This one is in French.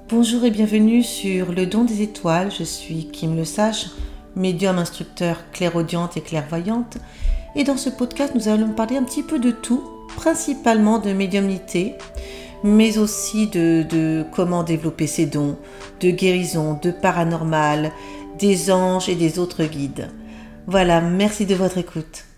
Bonjour et bienvenue sur Le Don des Étoiles. Je suis Kim Lesage, médium instructeur clairaudiente et clairvoyante. Et dans ce podcast, nous allons parler un petit peu de tout, principalement de médiumnité, mais aussi de comment développer ses dons, de guérison, de paranormal, des anges et des autres guides. Voilà, merci de votre écoute.